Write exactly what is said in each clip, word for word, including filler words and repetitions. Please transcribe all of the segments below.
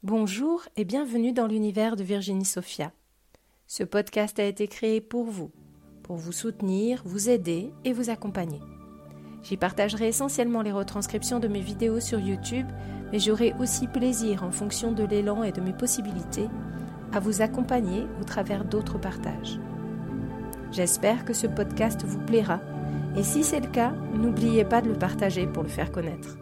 Bonjour et bienvenue dans l'univers de Virginie Sophia. Ce podcast a été créé pour vous, pour vous soutenir, vous aider et vous accompagner. J'y partagerai essentiellement les retranscriptions de mes vidéos sur YouTube, mais j'aurai aussi plaisir, en fonction de l'élan et de mes possibilités, à vous accompagner au travers d'autres partages. J'espère que ce podcast vous plaira, et si c'est le cas, n'oubliez pas de le partager pour le faire connaître.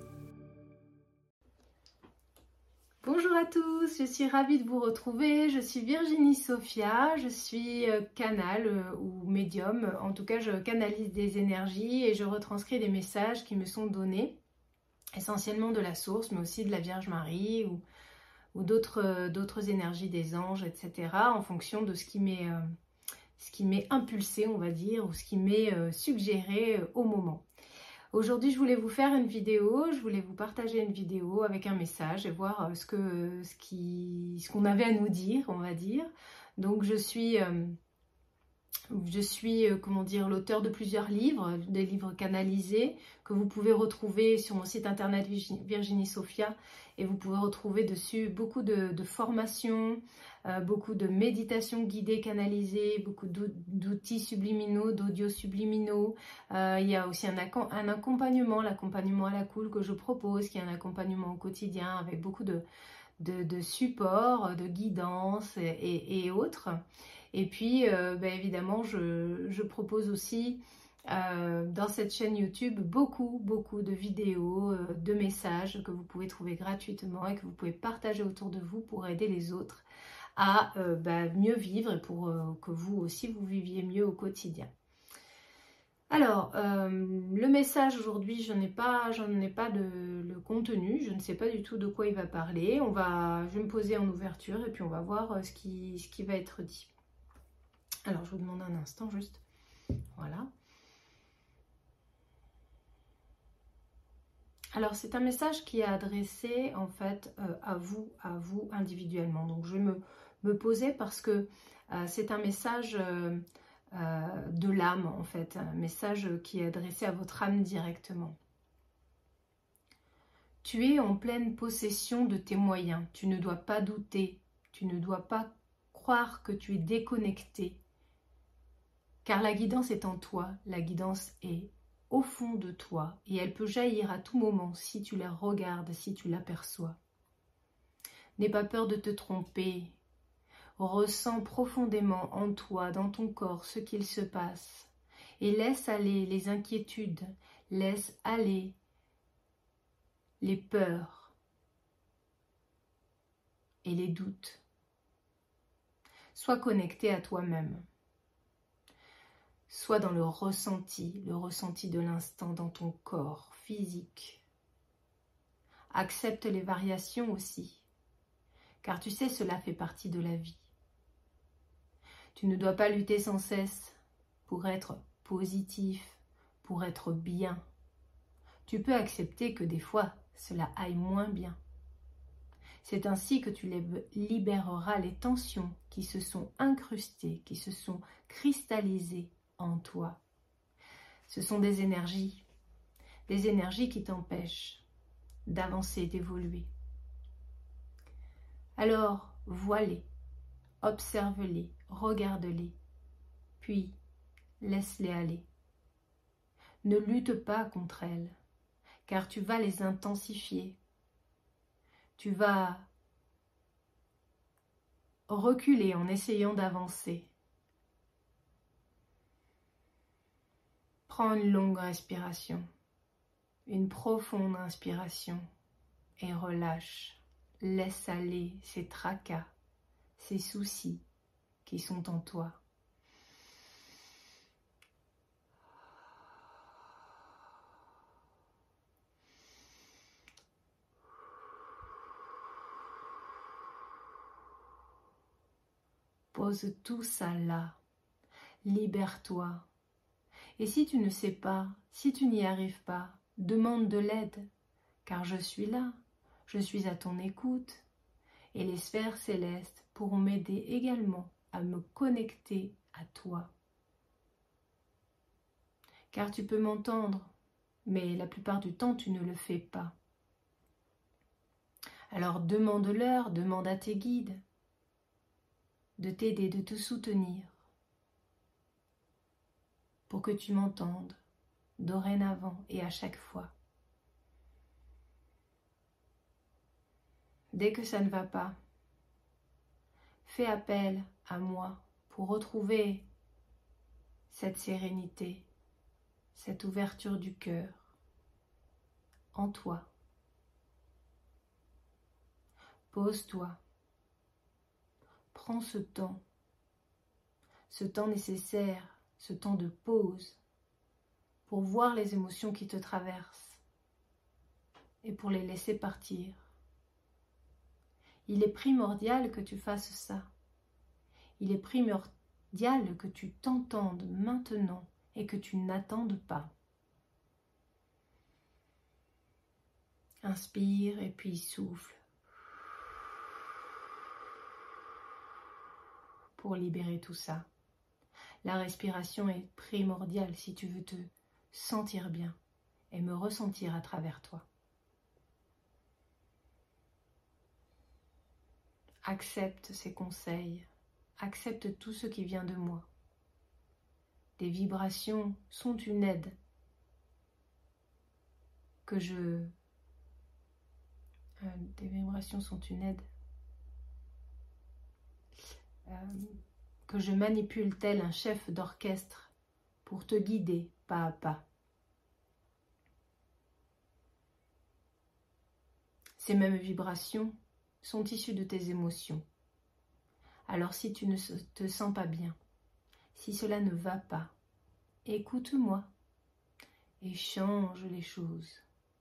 Bonjour à tous, je suis ravie de vous retrouver, je suis Virginie Sophia, je suis canal euh, ou médium, en tout cas je canalise des énergies et je retranscris des messages qui me sont donnés, essentiellement de la source, mais aussi de la Vierge Marie ou, ou d'autres, euh, d'autres énergies des anges, et cetera, en fonction de ce qui m'est, euh, ce qui m'est impulsé, on va dire, ou ce qui m'est euh, suggéré euh, au moment. Aujourd'hui, je voulais vous faire une vidéo, je voulais vous partager une vidéo avec un message et voir ce que ce qui ce qu'on avait à nous dire, on va dire. Donc je suis euh, je suis euh, comment dire l'auteur de plusieurs livres, des livres canalisés que vous pouvez retrouver sur mon site internet Virginie Sophia, et vous pouvez retrouver dessus beaucoup de, de formations, euh, beaucoup de méditations guidées canalisées, beaucoup d'outils subliminaux, d'audios subliminaux. Euh, il y a aussi un, un accompagnement, l'accompagnement à la cool que je propose, qui est un accompagnement au quotidien avec beaucoup de, de, de support, de guidance et, et, et autres. Et puis, euh, ben évidemment, je, je propose aussi euh, dans cette chaîne YouTube beaucoup, beaucoup de vidéos, euh, de messages que vous pouvez trouver gratuitement et que vous pouvez partager autour de vous pour aider les autres à euh, ben, mieux vivre et pour euh, que vous aussi, vous viviez mieux au quotidien. Alors, euh, le message aujourd'hui, je n'ai pas, j'en ai pas de le contenu, je ne sais pas du tout de quoi il va parler. On va, je vais me poser en ouverture et puis on va voir ce qui, ce qui va être dit. Alors, je vous demande un instant juste. Voilà. Alors, c'est un message qui est adressé en fait euh, à vous, à vous individuellement. Donc, je vais me, me poser parce que euh, c'est un message euh, euh, de l'âme en fait, un message qui est adressé à votre âme directement. Tu es en pleine possession de tes moyens. Tu ne dois pas douter. Tu ne dois pas croire que tu es déconnecté. Car la guidance est en toi, la guidance est au fond de toi et elle peut jaillir à tout moment si tu la regardes, si tu l'aperçois. N'aie pas peur de te tromper. Ressens profondément en toi, dans ton corps, ce qu'il se passe et laisse aller les inquiétudes, laisse aller les peurs et les doutes. Sois connecté à toi-même. Sois dans le ressenti, le ressenti de l'instant dans ton corps physique. Accepte les variations aussi, car tu sais, cela fait partie de la vie. Tu ne dois pas lutter sans cesse pour être positif, pour être bien. Tu peux accepter que des fois, cela aille moins bien. C'est ainsi que tu libéreras les tensions qui se sont incrustées, qui se sont cristallisées en toi. Ce sont des énergies, des énergies qui t'empêchent d'avancer, d'évoluer. Alors, vois-les, observe-les, regarde-les, puis laisse-les aller. Ne lutte pas contre elles, car tu vas les intensifier. Tu vas reculer en essayant d'avancer. Prends une longue respiration, une profonde inspiration et relâche. Laisse aller ces tracas, ces soucis qui sont en toi. Pose tout ça là. Libère-toi. Et si tu ne sais pas, si tu n'y arrives pas, demande de l'aide, car je suis là, je suis à ton écoute, et les sphères célestes pourront m'aider également à me connecter à toi. Car tu peux m'entendre, mais la plupart du temps tu ne le fais pas. Alors demande-leur, demande à tes guides de t'aider, de te soutenir pour que tu m'entendes dorénavant et à chaque fois. Dès que ça ne va pas, fais appel à moi pour retrouver cette sérénité, cette ouverture du cœur en toi. Pose-toi, prends ce temps, ce temps nécessaire, ce temps de pause pour voir les émotions qui te traversent et pour les laisser partir. Il est primordial que tu fasses ça. Il est primordial que tu t'entendes maintenant et que tu n'attendes pas. Inspire et puis souffle pour libérer tout ça. La respiration est primordiale si tu veux te sentir bien et me ressentir à travers toi. Accepte ces conseils, accepte tout ce qui vient de moi. Des vibrations sont une aide que je... Euh, des vibrations sont une aide euh, que je manipule tel un chef d'orchestre pour te guider pas à pas. Ces mêmes vibrations sont issues de tes émotions. Alors si tu ne te sens pas bien, si cela ne va pas, écoute-moi et change les choses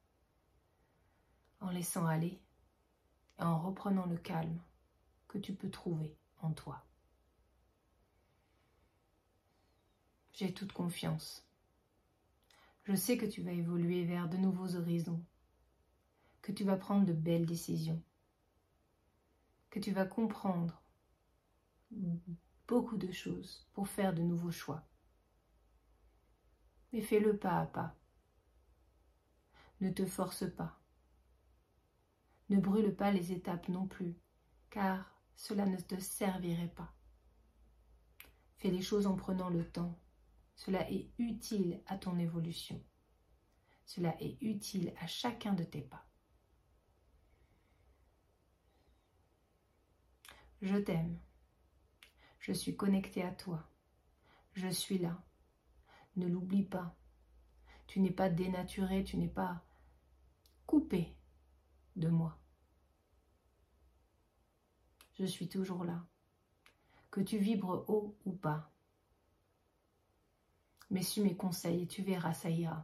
en laissant aller et en reprenant le calme que tu peux trouver en toi. J'ai toute confiance. Je sais que tu vas évoluer vers de nouveaux horizons, que tu vas prendre de belles décisions, que tu vas comprendre beaucoup de choses pour faire de nouveaux choix. Mais fais-le pas à pas. Ne te force pas. Ne brûle pas les étapes non plus, car cela ne te servirait pas. Fais les choses en prenant le temps. Cela est utile à ton évolution. Cela est utile à chacun de tes pas. Je t'aime. Je suis connectée à toi. Je suis là. Ne l'oublie pas. Tu n'es pas dénaturé, tu n'es pas coupé de moi. Je suis toujours là. Que tu vibres haut ou bas. Mais suis mes conseils et tu verras, ça ira.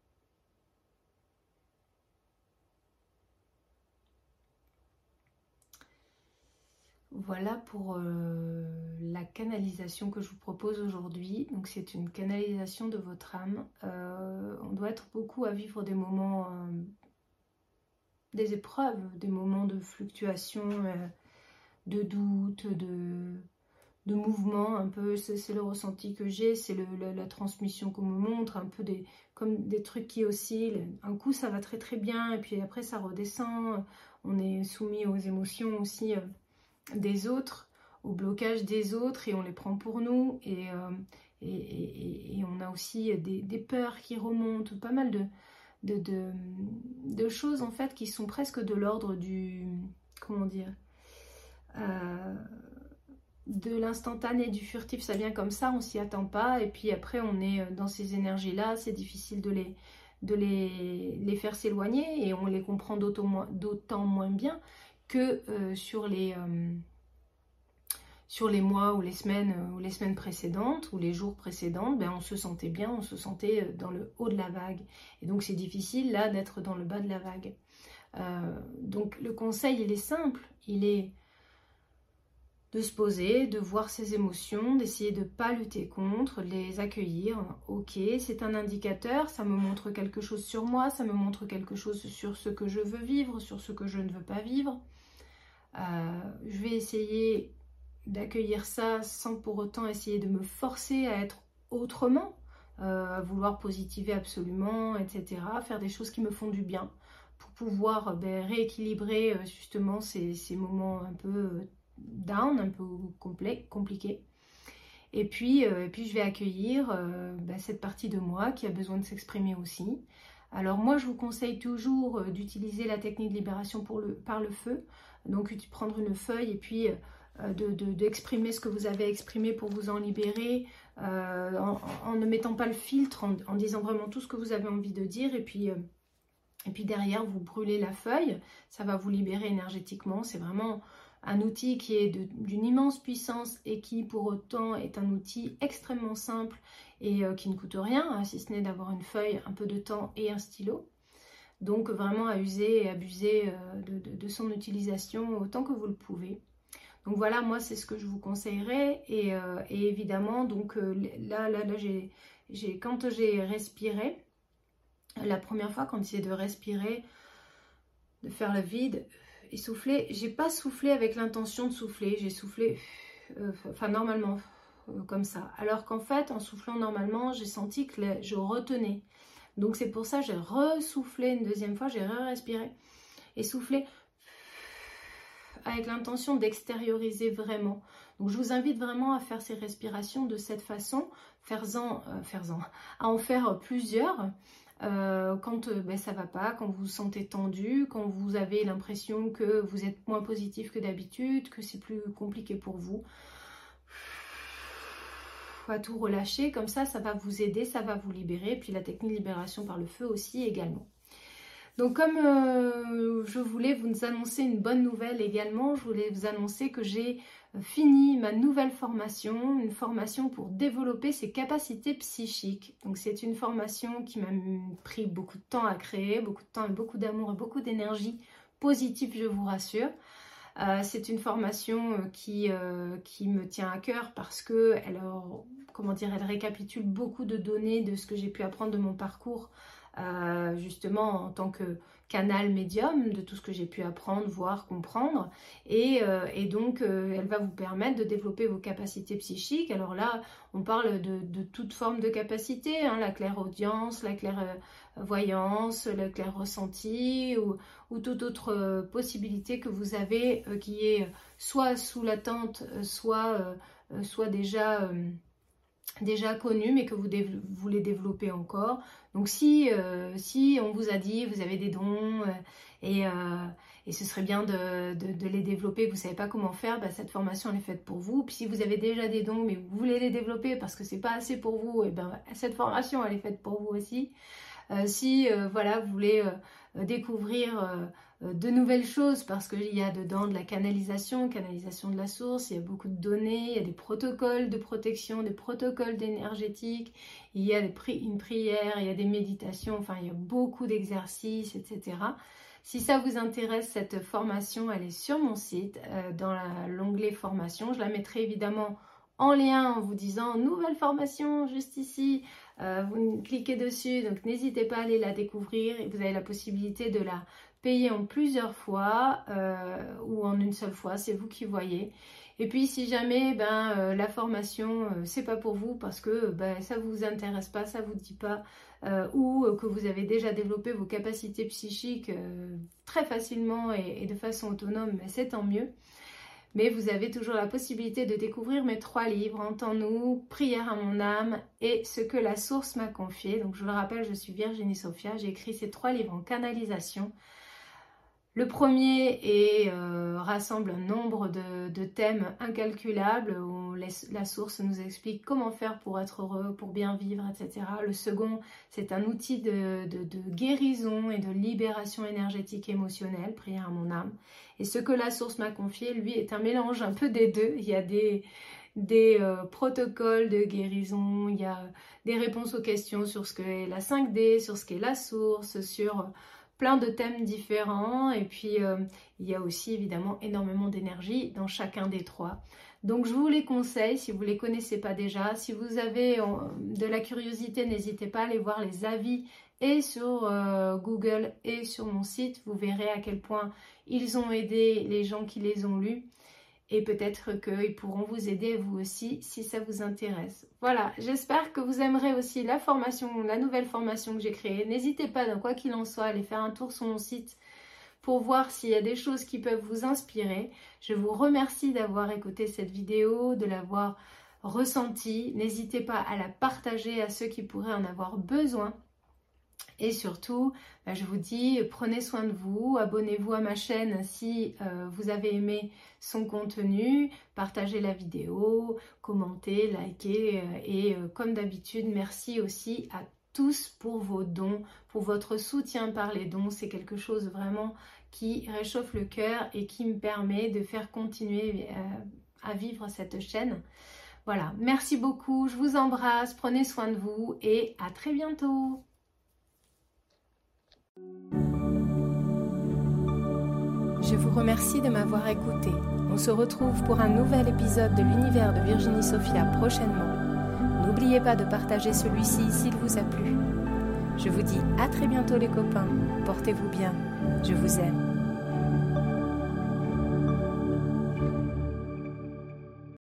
Voilà pour euh, la canalisation que je vous propose aujourd'hui. Donc c'est une canalisation de votre âme. Euh, on doit être beaucoup à vivre des moments, euh, des épreuves, des moments de fluctuation, euh, de doute, de, de mouvement. Un peu, c'est le ressenti que j'ai, c'est la, la transmission qu'on me montre, un peu des, comme des trucs qui oscillent. Un coup ça va très très bien et puis après ça redescend. On est soumis aux émotions aussi. Euh, des autres, au blocage des autres et on les prend pour nous et, euh, et, et, et on a aussi des, des peurs qui remontent, pas mal de, de, de, de choses en fait qui sont presque de l'ordre du, comment dire, euh, de l'instantané, du furtif, ça vient comme ça, on s'y attend pas et puis après on est dans ces énergies là, c'est difficile de les, de les, les faire s'éloigner et on les comprend d'autant moins, d'autant moins bien que euh, sur, les, euh, sur les mois ou les semaines euh, ou les semaines précédentes ou les jours précédents, ben, on se sentait bien, on se sentait dans le haut de la vague. Et donc c'est difficile là d'être dans le bas de la vague. Euh, donc le conseil il est simple, il est de se poser, de voir ses émotions, d'essayer de ne pas lutter contre, de les accueillir. Ok, c'est un indicateur, ça me montre quelque chose sur moi, ça me montre quelque chose sur ce que je veux vivre, sur ce que je ne veux pas vivre. Euh, je vais essayer d'accueillir ça sans pour autant essayer de me forcer à être autrement, euh, à vouloir positiver absolument, et cetera. Faire des choses qui me font du bien pour pouvoir ben, rééquilibrer justement ces, ces moments un peu down, un peu compliqués. Et puis, euh, et puis je vais accueillir euh, ben, cette partie de moi qui a besoin de s'exprimer aussi. Alors moi je vous conseille toujours euh, d'utiliser la technique de libération pour le, par le feu. Donc prendre une feuille et puis euh, de, de, d'exprimer ce que vous avez exprimé pour vous en libérer, euh, en, en ne mettant pas le filtre, en, en disant vraiment tout ce que vous avez envie de dire. Et puis, euh, et puis derrière vous brûlez la feuille, ça va vous libérer énergétiquement. C'est vraiment un outil qui est d'une immense puissance et qui pour autant est un outil extrêmement simple et euh, qui ne coûte rien, hein, si ce n'est d'avoir une feuille, un peu de temps et un stylo. Donc vraiment à user et abuser euh, de, de, de son utilisation autant que vous le pouvez. Donc voilà, moi c'est ce que je vous conseillerais. Et, euh, et évidemment, donc euh, là, là, là j'ai, j'ai, quand j'ai respiré, la première fois quand j'essayais de respirer, de faire le vide et souffler, j'ai pas soufflé avec l'intention de souffler, j'ai soufflé, euh, enfin normalement, euh, comme ça. Alors qu'en fait, en soufflant normalement, j'ai senti que les, je retenais. Donc c'est pour ça que j'ai ressoufflé une deuxième fois, j'ai re-respiré et soufflé avec l'intention d'extérioriser vraiment. Donc je vous invite vraiment à faire ces respirations de cette façon, faites-en, euh, faites-en, à en faire plusieurs. Euh, quand euh, ben, ça va pas, quand vous vous sentez tendu, quand vous avez l'impression que vous êtes moins positif que d'habitude, que c'est plus compliqué pour vous. À tout relâcher, comme ça, ça va vous aider, ça va vous libérer. Puis la technique de libération par le feu aussi également. Donc comme euh, je voulais vous annoncer une bonne nouvelle également, je voulais vous annoncer que j'ai fini ma nouvelle formation, une formation pour développer ses capacités psychiques. Donc c'est une formation qui m'a pris beaucoup de temps à créer, beaucoup de temps et beaucoup d'amour et beaucoup d'énergie positive, je vous rassure. Euh, c'est une formation qui, euh, qui me tient à cœur parce que elle, comment dire, elle récapitule beaucoup de données de ce que j'ai pu apprendre de mon parcours Euh, justement en tant que canal médium, de tout ce que j'ai pu apprendre, voir, comprendre, et, euh, et donc euh, elle va vous permettre de développer vos capacités psychiques. Alors là on parle de, de toute forme de capacité, hein, la clairaudience, la clairvoyance, le clair ressenti ou, ou toute autre euh, possibilité que vous avez euh, qui est soit sous l'attente, soit, euh, soit déjà euh, déjà connu mais que vous voulez développer encore. Donc si, euh, si on vous a dit vous avez des dons euh, et, euh, et ce serait bien de, de, de les développer, vous ne savez pas comment faire, bah, cette formation elle est faite pour vous. Puis si vous avez déjà des dons mais vous voulez les développer parce que c'est pas assez pour vous, et ben cette formation elle est faite pour vous aussi. Euh, si euh, voilà, vous voulez euh, découvrir euh, de nouvelles choses parce qu'il y a dedans de la canalisation, canalisation de la source, il y a beaucoup de données, il y a des protocoles de protection, des protocoles d'énergétique, il y a des pri une prière, il y a des méditations, enfin il y a beaucoup d'exercices, et cetera. Si ça vous intéresse, cette formation, elle est sur mon site, euh, dans l'onglet formation. Je la mettrai évidemment en lien en vous disant nouvelle formation juste ici. Euh, vous cliquez dessus, donc n'hésitez pas à aller la découvrir et vous avez la possibilité de la payer en plusieurs fois euh, ou en une seule fois, c'est vous qui voyez. Et puis si jamais ben, euh, la formation euh, c'est pas pour vous parce que ben, ça vous intéresse pas, ça vous dit pas, euh, ou que vous avez déjà développé vos capacités psychiques euh, très facilement et, et de façon autonome, ben, c'est tant mieux. Mais vous avez toujours la possibilité de découvrir mes trois livres, Entends-nous, Prière à mon âme et Ce que la source m'a confié. Donc je vous le rappelle, je suis Virginie Sophia, j'ai écrit ces trois livres en canalisation. Le premier est, euh, rassemble un nombre de, de thèmes incalculables où les, la source nous explique comment faire pour être heureux, pour bien vivre, et cetera. Le second, c'est un outil de, de, de guérison et de libération énergétique et émotionnelle, Prière à mon âme. Et ce que la source m'a confié, lui, est un mélange un peu des deux. Il y a des, des euh, protocoles de guérison, il y a des réponses aux questions sur ce qu'est la cinq D, sur ce qu'est la source, sur plein de thèmes différents, et puis euh, il y a aussi évidemment énormément d'énergie dans chacun des trois. Donc je vous les conseille si vous ne les connaissez pas déjà. Si vous avez euh, de la curiosité, n'hésitez pas à aller voir les avis et sur euh, Google et sur mon site. Vous verrez à quel point ils ont aidé les gens qui les ont lus. et peut-être qu'ils pourront vous aider vous aussi si ça vous intéresse. Voilà, j'espère que vous aimerez aussi la formation, la nouvelle formation que j'ai créée. N'hésitez pas, dans quoi qu'il en soit, à aller faire un tour sur mon site pour voir s'il y a des choses qui peuvent vous inspirer. Je vous remercie d'avoir écouté cette vidéo, de l'avoir ressentie. N'hésitez pas à la partager à ceux qui pourraient en avoir besoin. Et surtout, bah, je vous dis, prenez soin de vous, abonnez-vous à ma chaîne si euh, vous avez aimé son contenu, partagez la vidéo, commentez, likez euh, et euh, comme d'habitude, merci aussi à tous pour vos dons, pour votre soutien par les dons. C'est quelque chose vraiment qui réchauffe le cœur et qui me permet de faire continuer euh, à vivre cette chaîne. Voilà, merci beaucoup, je vous embrasse, prenez soin de vous et à très bientôt. Je vous remercie de m'avoir écouté. On se retrouve pour un nouvel épisode de l'univers de Virginie Sophia prochainement. N'oubliez pas de partager celui-ci s'il vous a plu. Je vous dis à très bientôt les copains. Portez-vous bien. Je vous aime.